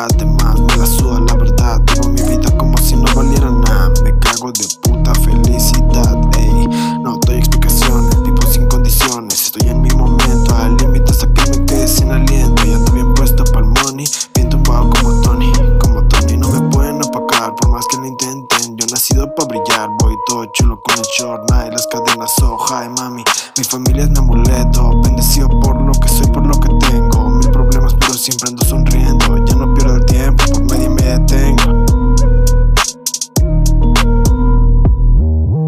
Además me la suda la verdad, vivo mi vida como si no valiera nada. Me cago de puta felicidad, ey. No doy explicaciones, vivo sin condiciones. Estoy en mi momento, al límite hasta que me quede sin aliento. Y ando bien puesto pa'l money, bien tumbado como Tony. Como Tony no me pueden apagar, por más que lo intenten. Yo nacido pa' brillar, voy todo chulo con el short, nada, y las cadenas, oh hi mami. Mi familia es mi amuleto, bendecido por lo que soy, por lo que tengo. Mil problemas pero siempre ando sonriendo.